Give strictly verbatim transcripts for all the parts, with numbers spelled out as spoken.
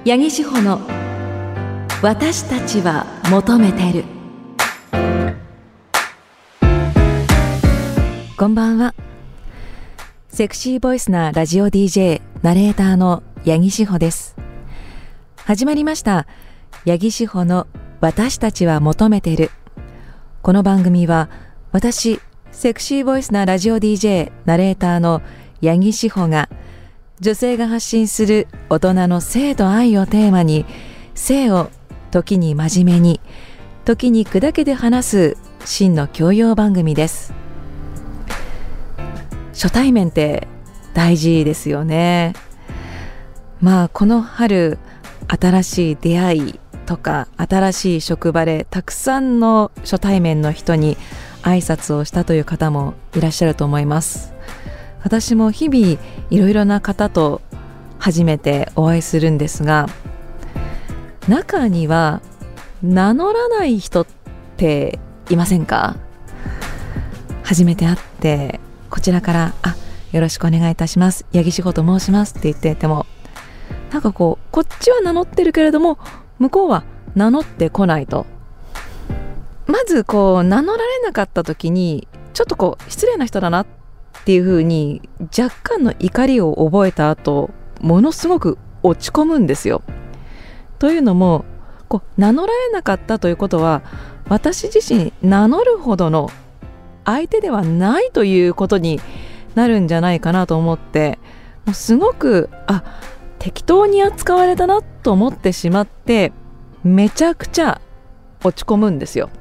八木志保の私たちは求めてる。こんばんは。セクシーボイスなラジオ ディージェー ナレーターの八木志保です。始まりました八木志保の私たちは求めてる。この番組は私セクシーボイスなラジオ ディージェー ナレーターの八木志保が女性が発信する大人の性と愛をテーマに、性を時に真面目に時に砕けて話す真の教養番組です。初対面って大事ですよね。まあこの春新しい出会いとか新しい職場でたくさんの初対面の人に挨拶をしたという方もいらっしゃると思います。私も日々いろいろな方と初めてお会いするんですが、中には名乗らない人っていませんか？初めて会ってこちらからあよろしくお願いいたします、八木志保と申しますって言ってても、なんかこうこっちは名乗ってるけれども向こうは名乗ってこないと、まずこう名乗られなかった時にちょっとこう失礼な人だなっていう風に若干の怒りを覚えた後、ものすごく落ち込むんですよ。というのもこう名乗られなかったということは、私自身名乗るほどの相手ではないということになるんじゃないかなと思って、もうすごくあ適当に扱われたなと思ってしまって、めちゃくちゃ落ち込むんですよ。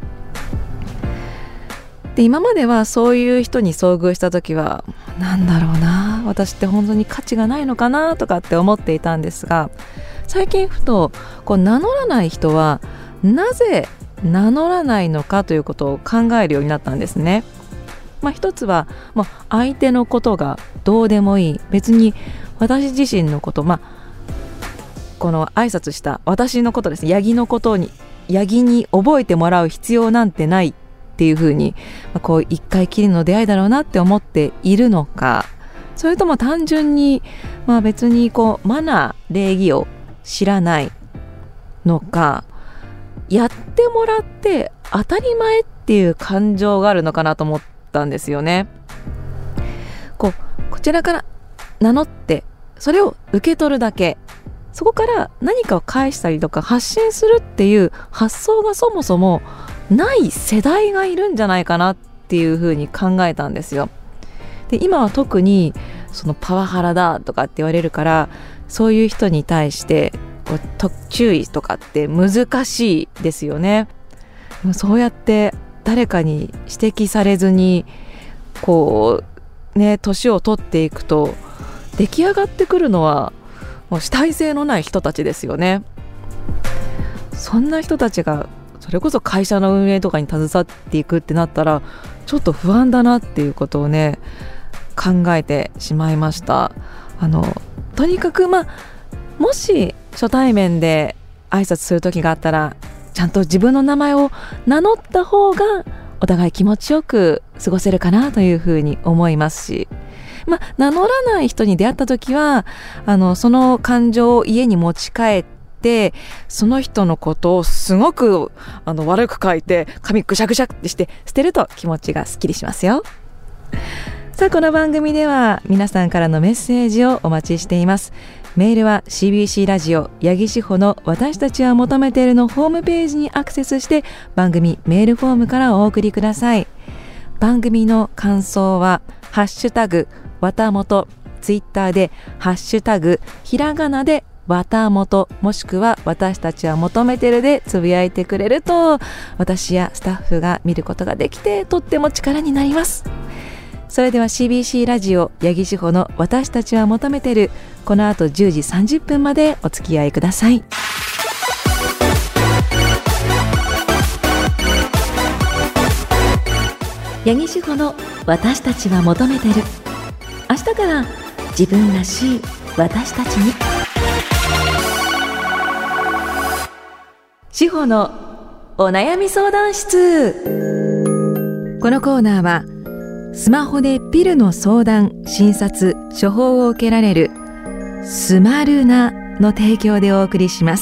で今まではそういう人に遭遇した時はなんだろうな、私って本当に価値がないのかなとかって思っていたんですが、最近ふとこう名乗らない人はなぜ名乗らないのかということを考えるようになったんですね。まあ、一つは、まあ、相手のことがどうでもいい、別に私自身のこと、まあ、この挨拶した私のことですね、八木のことに八木に覚えてもらう必要なんてないっていうふうに、まあ、こう一回きりの出会いだろうなって思っているのか、それとも単純に、まあ、別にこうマナー礼儀を知らないのか、やってもらって当たり前っていう感情があるのかなと思ったんですよね。こうこちらから名乗ってそれを受け取るだけ、そこから何かを返したりとか発信するっていう発想がそもそもない世代がいるんじゃないかなっていうふうに考えたんですよ。で今は特にそのパワハラだとかって言われるから、そういう人に対してこうと注意とかって難しいですよね。そうやって誰かに指摘されずにこうね年を取っていくと出来上がってくるのはもう主体性のない人たちですよね。そんな人たちがそれこそ会社の運営とかに携わっていくってなったらちょっと不安だなっていうことをね考えてしまいました。あのとにかくまあもし初対面で挨拶する時があったらちゃんと自分の名前を名乗った方がお互い気持ちよく過ごせるかなというふうに思いますし、まあ、名乗らない人に出会った時はあのその感情を家に持ち帰ってその人のことをすごくあの悪く書いて紙ぐしゃぐしゃってして捨てると気持ちがすっきりしますよ。さあこの番組では皆さんからのメッセージをお待ちしています。メールは シービーシー ラジオ八木志保の私たちは求めているのホームページにアクセスして番組メールフォームからお送りください。番組の感想はハッシュタグわたもと、ツイッターでハッシュタグひらがなでわたもと、もしくは私たちは求めてるでつぶやいてくれると私やスタッフが見ることができてとっても力になります。それでは シービーシー ラジオ八木志保の私たちは求めてる、この後じゅうじさんじゅっぷんまでお付き合いください。八木志保の私たちは求めてる。明日から自分らしい私たちに。志保のお悩み相談室。このコーナーはスマホでピルの相談、診察、処方を受けられるスマルナの提供でお送りします。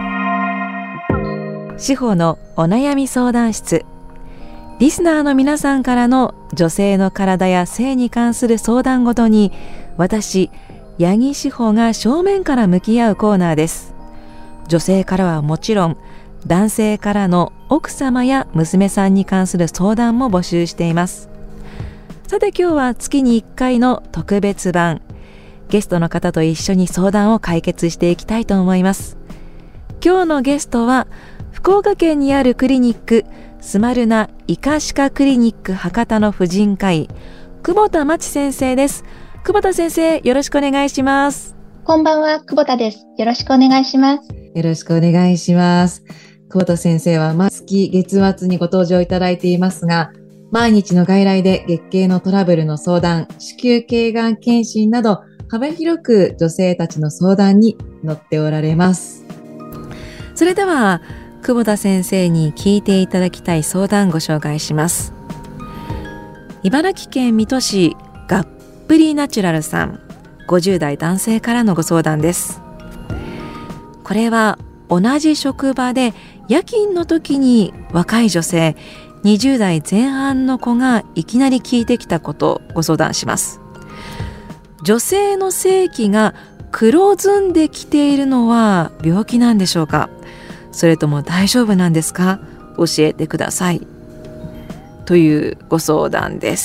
志保のお悩み相談室。リスナーの皆さんからの女性の体や性に関する相談ごとに、私八木志保が正面から向き合うコーナーです。女性からはもちろん、男性からの奥様や娘さんに関する相談も募集しています。さて今日は月にいっかいの特別版、ゲストの方と一緒に相談を解決していきたいと思います。今日のゲストは福岡県にあるクリニックスマルナ医科歯科クリニック博多の婦人科医、久保田真知先生です。久保田先生、よろしくお願いします。 こんばんは、久保田です。よろしくお願いします。 よろしくお願いします。久保田先生は毎月月末にご登場いただいていますが、毎日の外来で月経のトラブルの相談、子宮頸がん検診など幅広く女性たちの相談に乗っておられます。それでは久保田先生に聞いていただきたい相談ご紹介します。茨城県水戸市がっぷりナチュラルさん、ごじゅう代男性からのご相談です。これは同じ職場で夜勤の時に若い女性にじゅう代前半の子がいきなり聞いてきたことをご相談します。女性の性器が黒ずんできているのは病気なんでしょうか、それとも大丈夫なんですか、教えてください、というご相談です。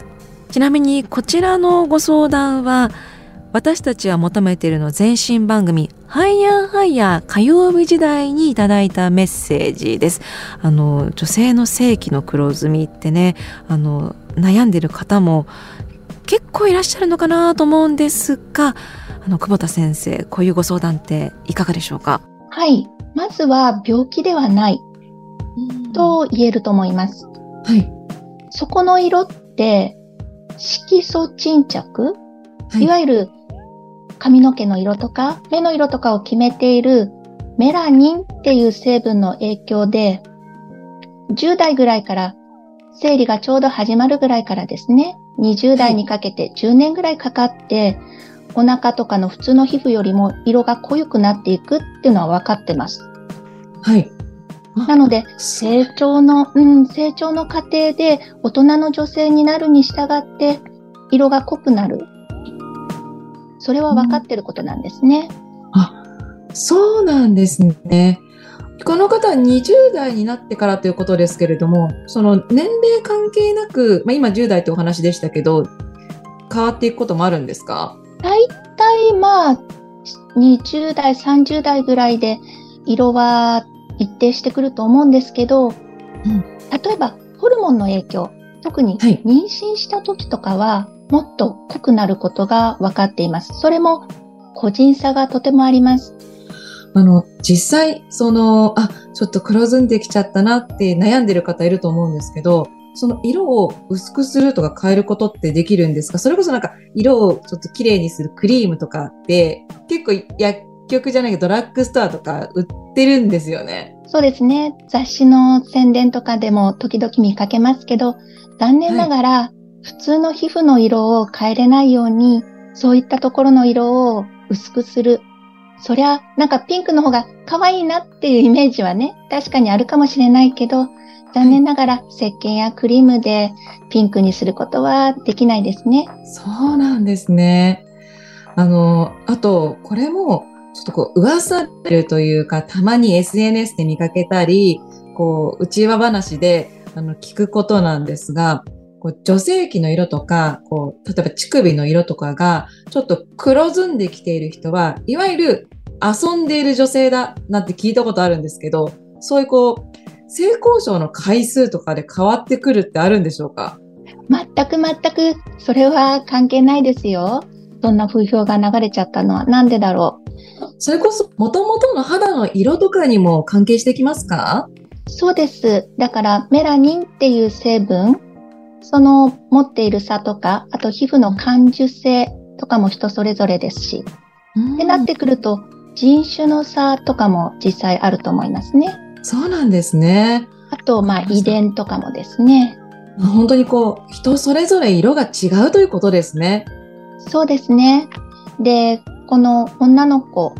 ちなみにこちらのご相談は、私たちは求めているの前身番組ハイヤーハイヤー火曜日時代にいただいたメッセージです。あの女性の性器の黒ずみってね、あの悩んでいる方も結構いらっしゃるのかなと思うんですが、あの久保田先生、こういうご相談っていかがでしょうか。 はい、まずは病気ではないと言えると思います。 はい。 そこの色って色素沈着、はい、いわゆる髪の毛の色とか目の色とかを決めているメラニンっていう成分の影響で、じゅう代ぐらいから生理がちょうど始まるぐらいからですね、にじゅう代にかけてじゅうねんぐらいかかって、お腹とかの普通の皮膚よりも色が濃ゆくなっていくっていうのは分かってます。 はい。 なので、成長の、うん、成長の過程で大人の女性になるに従って色が濃くなる。それは分かってることなんですね。 うん、あ、そうなんですね。この方はにじゅう代になってからということですけれども、その年齢関係なく、まあ、今じゅう代というお話でしたけど、変わっていくこともあるんですか？ 大体まあにじゅう代さんじゅう代ぐらいで色は一定してくると思うんですけど、うん、例えばホルモンの影響、特に妊娠した時とかはもっと濃くなることが分かっています。それも個人差がとてもあります。 あの実際そのあちょっと黒ずんできちゃったなって悩んでる方いると思うんですけど、その色を薄くするとか変えることってできるんですか？それこそなんか色をちょっと綺麗にするクリームとかって結構薬局じゃないけどドラッグストアとか売ってるんですよね。 そうですね。雑誌の宣伝とかでも時々見かけますけど、残念ながら、はい、普通の皮膚の色を変えれないように、そういったところの色を薄くする。そりゃなんかピンクの方が可愛いなっていうイメージはね、確かにあるかもしれないけど、残念ながら石鹸やクリームでピンクにすることはできないですね。 そうなんですね。あの、あと、これも、ちょっとこう、噂るというか、たまに エスエヌエス で見かけたり、こう、内輪話で、あの、聞くことなんですが、こう女性器の色とか、こう、例えば乳首の色とかが、ちょっと黒ずんできている人は、いわゆる遊んでいる女性だなんて聞いたことあるんですけど、そういうこう、性交渉の回数とかで変わってくるってあるんでしょうか？ 全く全くそれは関係ないですよ。そんな風評が流れちゃったのはなんでだろう。それこそ元々の肌の色とかにも関係してきますか？ そうです。だからメラニンっていう成分、その持っている差とか、あと皮膚の感受性とかも人それぞれですし、ってなってくると人種の差とかも実際あると思いますね。 そうなんですね。 あと、まあ、遺伝とかもですね。 本当にこう、人それぞれ色が違うということですね。 そうですね。で、この女の子、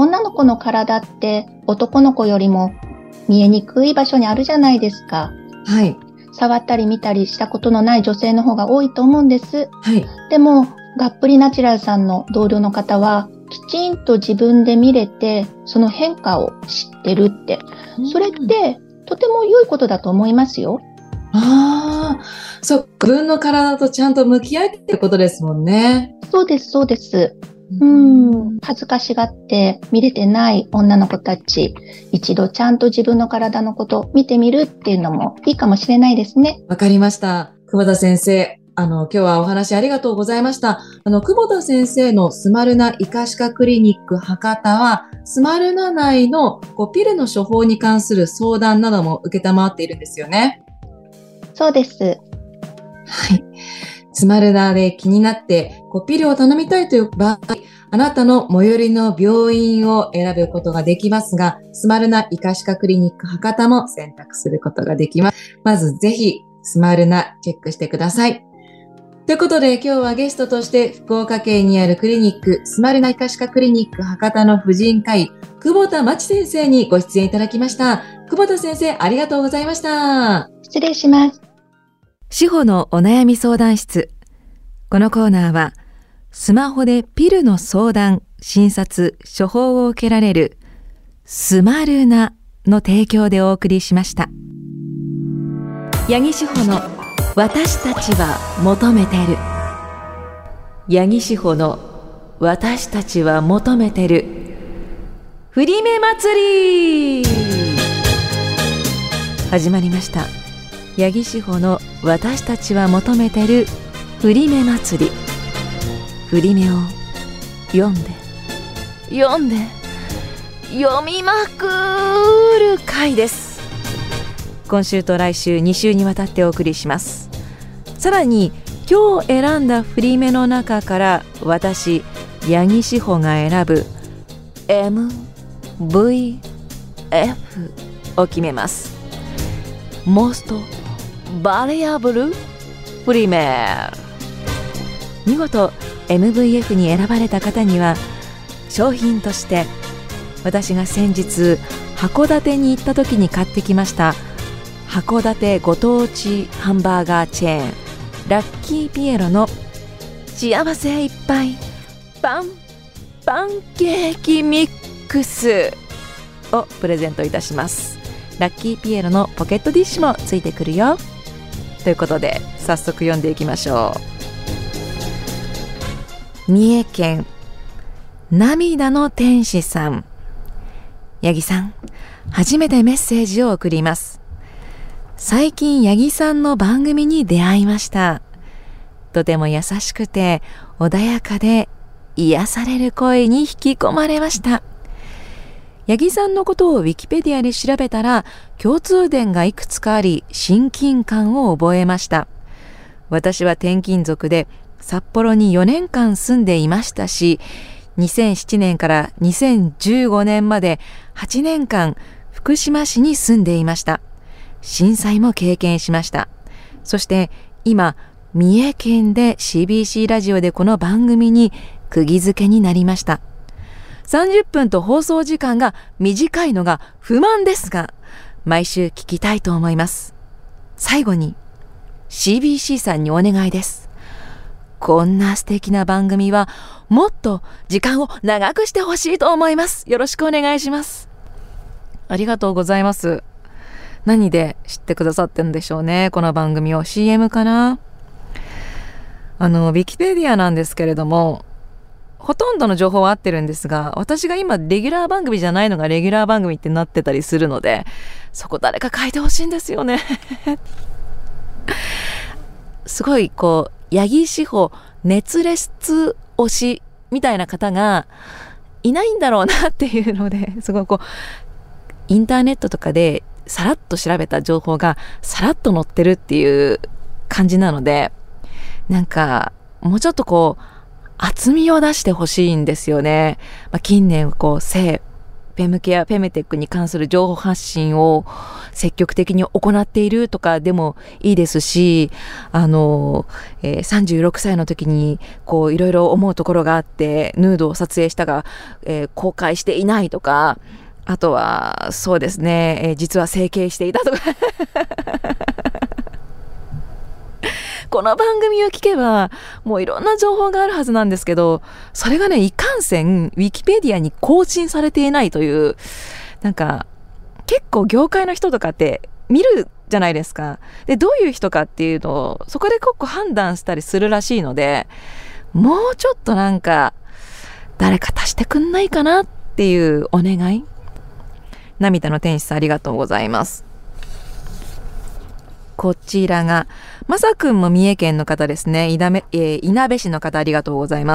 女の子の体って男の子よりも見えにくい場所にあるじゃないですか。 はい。 触ったり見たりしたことのない女性の方が多いと思うんです。 はい。 でも、がっぷりナチュラルさんの同僚の方は、きちんと自分で見れて、その変化を知ってるって。それって、とても良いことだと思いますよ。 ああ、そう、自分の体とちゃんと向き合ってってことですもんね。 そうです、そうです。うん、恥ずかしがって見れてない女の子たち、一度ちゃんと自分の体のことを見てみるっていうのもいいかもしれないですね。 わかりました。久保田先生、あの、今日はお話ありがとうございました。あの、久保田先生のスマルナ医科歯科クリニック博多は、スマルナ内のこうピルの処方に関する相談なども受けたまわっているんですよね。 そうです。 はい。スマルナで気になってこうピルを頼みたいという場合、あなたの最寄りの病院を選ぶことができますが、スマルナ医科歯科クリニック博多も選択することができます。まずぜひスマルナチェックしてください。ということで今日はゲストとして福岡県にあるクリニックスマルナ医科歯科クリニック博多の婦人科医久保田真知先生にご出演いただきました。久保田先生、ありがとうございました。 失礼します。 志保のお悩み相談室。このコーナーはスマホでピルの相談、診察、処方を受けられるスマルナの提供でお送りしました。八木志保の私たちは求めてる。八木志保の私たちは求めてる振り目祭り始まりました。八木志保の私たちは求めてる振り目祭り。振り目を読んで読んで読みまくる回です。今週と来週に週にわたってお送りします。さらに今日選んだ振り目の中から私八木志保が選ぶ エムブイエフ を決めます。Most Variable 振り目。見事 エムブイエフ に選ばれた方には商品として私が先日函館に行った時に買ってきました函館ご当地ハンバーガーチェーンラッキーピエロの幸せいっぱいパンパンケーキミックスをプレゼントいたします。ラッキーピエロのポケットディッシュもついてくるよということで早速読んでいきましょう。三重県涙の天使さん。八木さん、初めてメッセージを送ります。最近八木さんの番組に出会いました。とても優しくて穏やかで癒される声に引き込まれました。八木さんのことをウィキペディアで調べたら共通点がいくつかあり親近感を覚えました。私は転勤族で札幌によねんかん住んでいましたし、にせんななねんからにせんじゅうごねんまではちねんかん福島市に住んでいました。震災も経験しました。そして今三重県で シービーシー ラジオでこの番組に釘付けになりました。さんじゅっぷんと放送時間が短いのが不満ですが、毎週聞きたいと思います。最後に シービーシー さんにお願いです。こんな素敵な番組はもっと時間を長くしてほしいと思います。よろしくお願いします。ありがとうございます。何で知ってくださってるんでしょうね、この番組を。 シーエム かな。あのウィキペディアなんですけれども、ほとんどの情報は合ってるんですが、私が今レギュラー番組じゃないのがレギュラー番組ってなってたりするので、そこ誰か書いてほしいんですよねすごいこう八木志保熱烈推しみたいな方がいないんだろうなっていうので、すごいこうインターネットとかでさらっと調べた情報がさらっと載ってるっていう感じなので、なんかもうちょっとこう厚みを出してほしいんですよね。まあ、近年こう性フェムケア、フェムテックに関する情報発信を積極的に行っているとかでもいいですし、あの、えー、さんじゅうろくさいの時にこういろいろ思うところがあってヌードを撮影したが、えー、公開していないとか、あとはそうですね、えー、実は整形していたとかこの番組を聞けばもういろんな情報があるはずなんですけど、それがね、いかんせんウィキペディアに更新されていないという、なんか結構業界の人とかって見るじゃないですか。で、どういう人かっていうのをそこで結構判断したりするらしいので、もうちょっとなんか誰か足してくんないかなっていうお願い。涙の天使さん、ありがとうございます。こちらがまさくんも三重県の方ですね。いなべ、えー、いなべ市の方、ありがとうございます。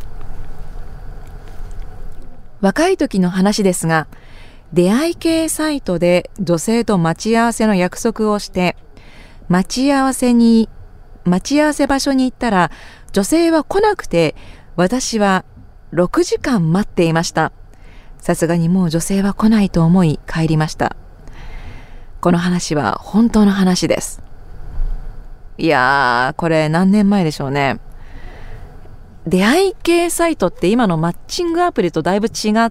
若い時の話ですが、出会い系サイトで女性と待ち合わせの約束をして、待ち合わせに待ち合わせ場所に行ったら女性は来なくて、私はろくじかん待っていました。さすがにもう女性は来ないと思い帰りました。この話は本当の話です。いやー、これ何年前でしょうね。出会い系サイトって今のマッチングアプリとだいぶ違って、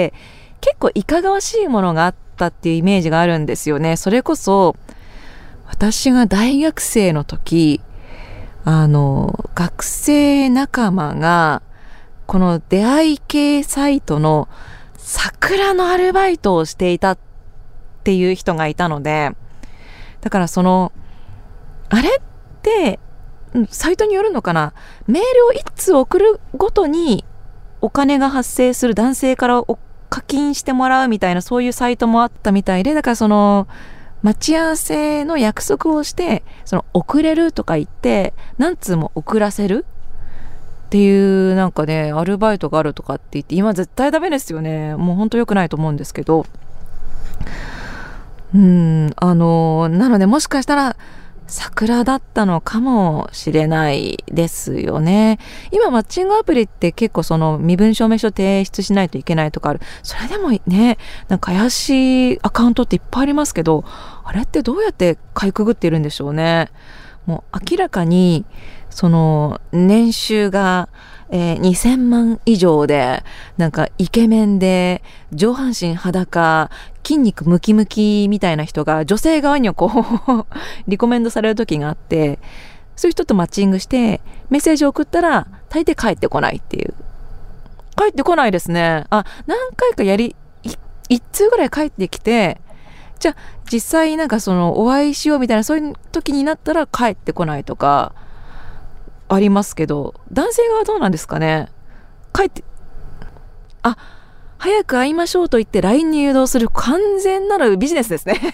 結構いかがわしいものがあったっていうイメージがあるんですよね。それこそ私が大学生の時、あの学生仲間がこの出会い系サイトの桜のアルバイトをしていたっていう人がいたので、だからそのあれってサイトによるのかな、メールをいっつう送るごとにお金が発生する、男性からお課金してもらうみたいな、そういうサイトもあったみたいで、だからその待ち合わせの約束をしてその送れるとか言って何通も送らせるっていうなんかね、アルバイトがあるとかって言って、今絶対ダメですよね。もう本当良くないと思うんですけど、うーんあのなのでもしかしたら桜だったのかもしれないですよね。今マッチングアプリって結構その身分証明書提出しないといけないとかある。それでもね、なんか怪しいアカウントっていっぱいありますけど、あれってどうやってかいくぐっているんでしょうね。もう明らかにその年収が、えー、にせんまん以上で、なんかイケメンで上半身裸、筋肉ムキムキみたいな人が女性側にはこうリコメンドされる時があって、そういう人とマッチングしてメッセージを送ったら大抵帰ってこないっていう。帰ってこないですね。あ、何回かやりいっ通ぐらい帰ってきて、じゃあ実際なんかそのお会いしようみたいな、そういう時になったら帰ってこないとかありますけど、男性側はどうなんですかね。帰ってあ早く会いましょうと言って ライン に誘導する完全なるビジネスですね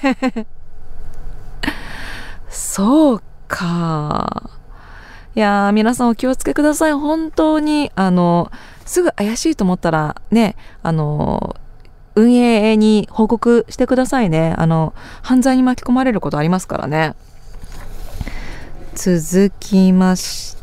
そうか。いやー、皆さんお気をつけください。本当にあのすぐ怪しいと思ったらね、あの運営に報告してくださいね。あの犯罪に巻き込まれることありますからね。続きまして、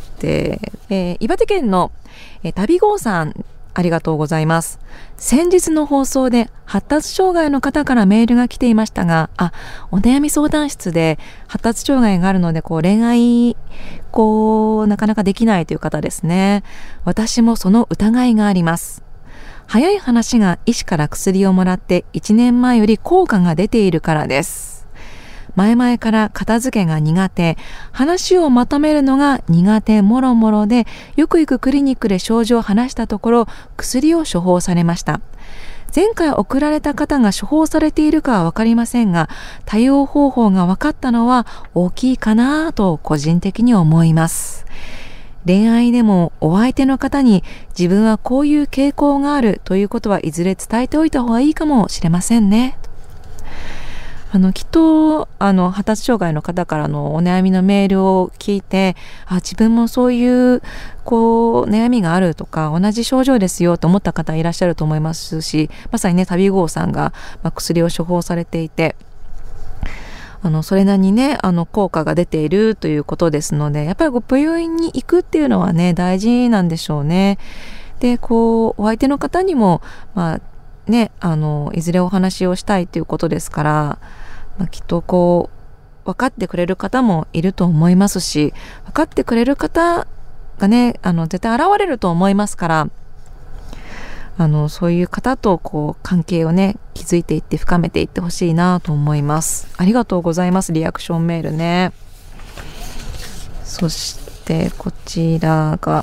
えー、岩手県の、えー、旅号さん、ありがとうございます。先日の放送で発達障害の方からメールが来ていましたが、あ、お悩み相談室で発達障害があるのでこう恋愛こうなかなかできないという方ですね。私もその疑いがあります。早い話が医師から薬をもらっていちねんまえより効果が出ているからです。前々から片付けが苦手、話をまとめるのが苦手もろもろで、よく行くクリニックで症状を話したところ薬を処方されました。前回送られた方が処方されているかは分かりませんが、対応方法が分かったのは大きいかなと個人的に思います。恋愛でもお相手の方に自分はこういう傾向があるということはいずれ伝えておいた方がいいかもしれませんね。あのきっとあの発達障害の方からのお悩みのメールを聞いて、あ、自分もそういうこう悩みがあるとか同じ症状ですよと思った方いらっしゃると思いますし、まさにね、旅号さんが、まあ、薬を処方されていて、あのそれなりにね、あの効果が出ているということですので、やっぱりこう病院に行くっていうのはね、大事なんでしょうね。で、こうお相手の方にもまあね、あのいずれお話をしたいということですから、まあ、きっとこう分かってくれる方もいると思いますし、分かってくれる方がね、あの絶対現れると思いますから、あのそういう方とこう関係をね築いていって深めていってほしいなと思います。ありがとうございます。リアクションメールね。そしてこちらが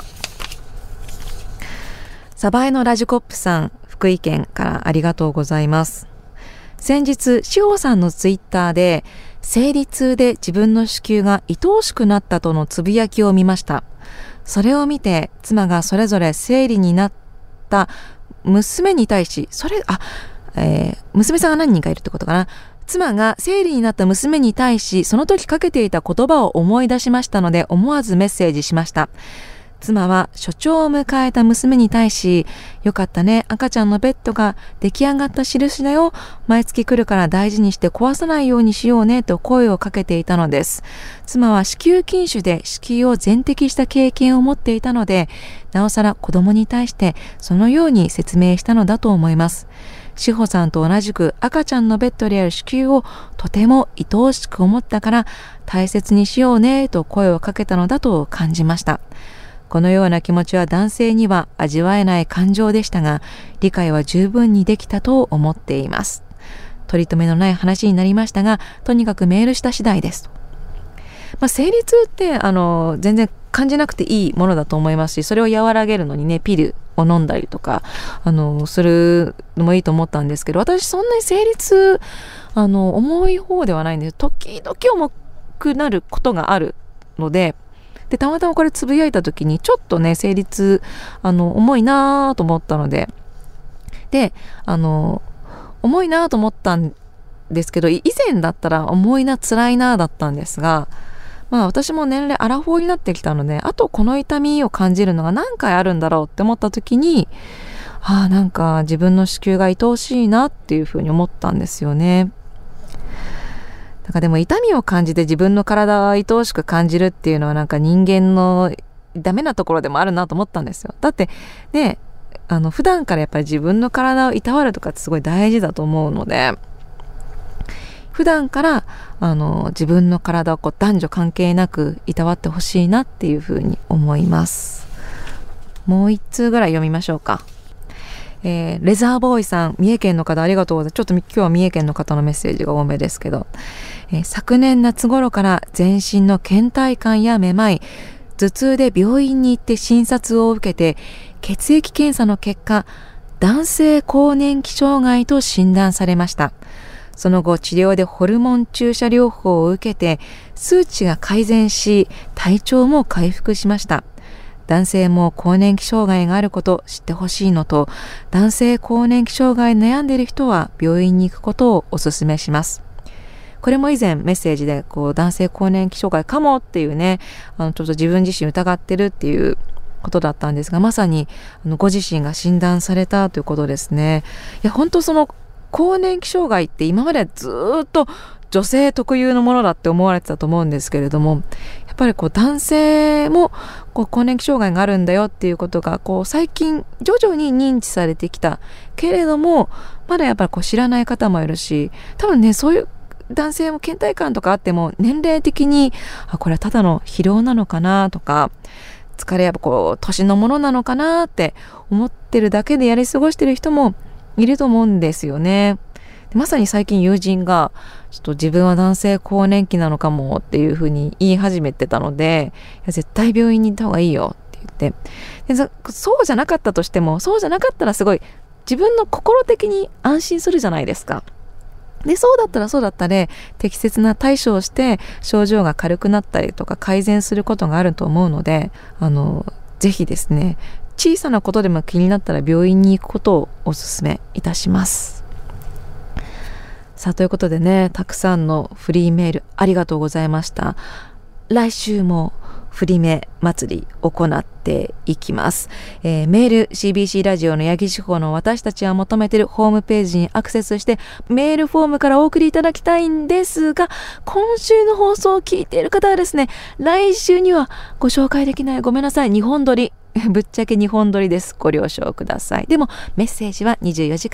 サバエのラジコップさん、福井県からありがとうございます。先日志保さんのツイッターで生理痛で自分の子宮が愛おしくなったとのつぶやきを見ました。それを見て妻がそれぞれ生理になった娘に対し、それあ、えー、娘さんが何人かいるってことかな。妻が生理になった娘に対しその時かけていた言葉を思い出しましたので、思わずメッセージしました。妻は初潮を迎えた娘に対し、よかったね、赤ちゃんのベッドが出来上がった印だよ、毎月来るから大事にして壊さないようにしようねと声をかけていたのです。妻は子宮筋腫で子宮を全摘した経験を持っていたので、なおさら子供に対してそのように説明したのだと思います。志保さんと同じく赤ちゃんのベッドである子宮をとても愛おしく思ったから大切にしようねと声をかけたのだと感じました。このような気持ちは男性には味わえない感情でしたが、理解は十分にできたと思っています。取り留めのない話になりましたが、とにかくメールした次第です。まあ、生理痛ってあの全然感じなくていいものだと思いますし、それを和らげるのにね、ピルを飲んだりとかあのするのもいいと思ったんですけど、私そんなに生理痛あの重い方ではないんです。時々重くなることがあるので、でたまたまこれつぶやいた時にちょっとね生理痛あの重いなと思ったので、であの重いなと思ったんですけど、以前だったら重いな辛いなだったんですが、まあ私も年齢アラフォーになってきたので、あとこの痛みを感じるのが何回あるんだろうって思った時に、ああなんか自分の子宮が愛おしいなっていうふうに思ったんですよね。なんかでも痛みを感じて自分の体を愛おしく感じるっていうのはなんか人間のダメなところでもあるなと思ったんですよ。だってね、あの普段からやっぱり自分の体をいたわるとかってすごい大事だと思うので、普段からあの自分の体をこう男女関係なくいたわってほしいなっていうふうに思います。もう一通ぐらい読みましょうか。えー、レザーボーイさん、三重県の方ありがとうございます。ちょっと今日は三重県の方のメッセージが多めですけど、えー、昨年夏頃から全身の倦怠感やめまい、頭痛で病院に行って診察を受けて、血液検査の結果、男性更年期障害と診断されました。その後治療でホルモン注射療法を受けて数値が改善し、体調も回復しました。男性も更年期障害があることを知ってほしいのと、男性更年期障害に悩んでいる人は病院に行くことをお勧めします。これも以前メッセージでこう男性更年期障害かもっていうね、あのちょっと自分自身疑ってるっていうことだったんですが、まさにあのご自身が診断されたということですね。いや本当その更年期障害って今までずっと女性特有のものだって思われてたと思うんですけれども、やっぱりこう男性もこう更年期障害があるんだよっていうことがこう最近徐々に認知されてきたけれども、まだやっぱりこう知らない方もいるし、多分ねそういう男性も倦怠感とかあっても年齢的にあこれはただの疲労なのかなとか、疲れやっぱこう年のものなのかなって思ってるだけでやり過ごしてる人もいると思うんですよね。まさに最近友人がちょっと自分は男性更年期なのかもっていうふうに言い始めてたので、いや絶対病院に行った方がいいよって言って、でそうじゃなかったとしても、そうじゃなかったらすごい自分の心的に安心するじゃないですか。でそうだったらそうだったで適切な対処をして症状が軽くなったりとか改善することがあると思うので、あのぜひですね、小さなことでも気になったら病院に行くことをお勧めいたします。さあということでね、たくさんのフリーメールありがとうございました。来週もフリメ祭り行っていきます、えー、メール シービーシー ラジオの八木志保の私たちは求めているホームページにアクセスしてメールフォームからお送りいただきたいんですが、今週の放送を聞いている方はですね、来週にはご紹介できない、ごめんなさい、にほん撮りぶっちゃけにほん撮りです。ご了承ください。でもメッセージはにじゅうよじかん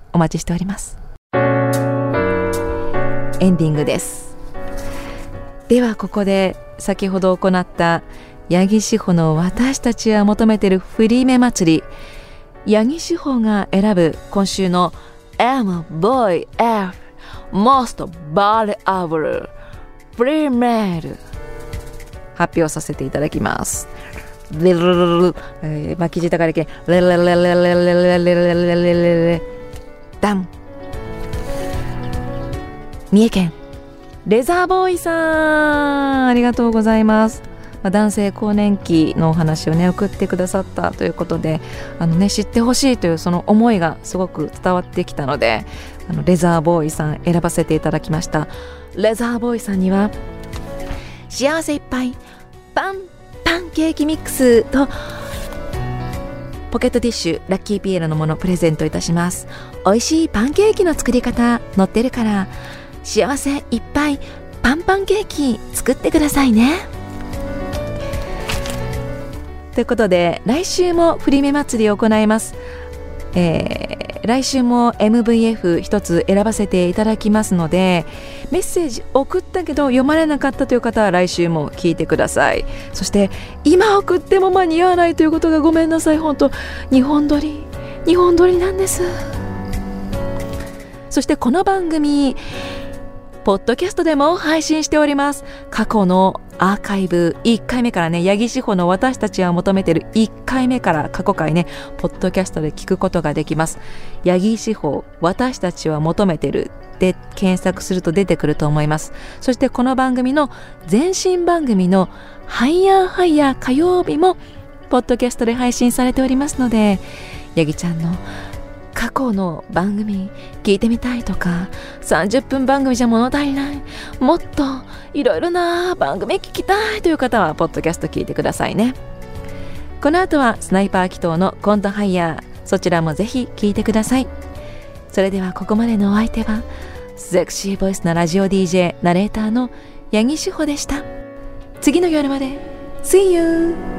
お待ちしております。エンディングです。ではここで先ほど行った八木志保の私たちは求めてるフリーメ祭り、八木志保が選ぶ今週の M V F Most Valuable フリーメール発表させていただきます。レルルルル、えー、巻き舌からいけレレレレレレレレレレレレレダン。三重県レザーボーイさん、ありがとうございます。まあ、男性更年期のお話をね送ってくださったということで、あのね知ってほしいというその思いがすごく伝わってきたので、あのレザーボーイさん選ばせていただきました。レザーボーイさんには幸せいっぱいパンパンケーキミックスとポケットティッシュラッキーピエロのものプレゼントいたします。美味しいパンケーキの作り方載ってるから幸せいっぱいパンパンケーキ作ってくださいね。ということで来週もフリメ祭りを行います。えー、来週も エムブイエフ 一つ選ばせていただきますので、メッセージ送ったけど読まれなかったという方は来週も聞いてください。そして今送っても間に合わないということがごめんなさい。本当日本撮り日本撮りなんです。そしてこの番組ポッドキャストでも配信しております。過去のアーカイブいっかいめからね、八木志保の私たちは求めてるいっかいめから過去回ね、ポッドキャストで聞くことができます。八木志保私たちは求めてるで検索すると出てくると思います。そしてこの番組の前身番組のハイヤーハイヤー火曜日もポッドキャストで配信されておりますので、八木ちゃんの過去の番組聞いてみたいとか、さんじゅっぷん番組じゃ物足りない、もっといろいろな番組聞きたいという方はポッドキャスト聞いてくださいね。この後はスナイパー祈祷のコントハイヤー、そちらもぜひ聞いてください。それではここまでのお相手はセクシーボイスのラジオ ディージェー ナレーターの八木志保でした。次の夜まで See you!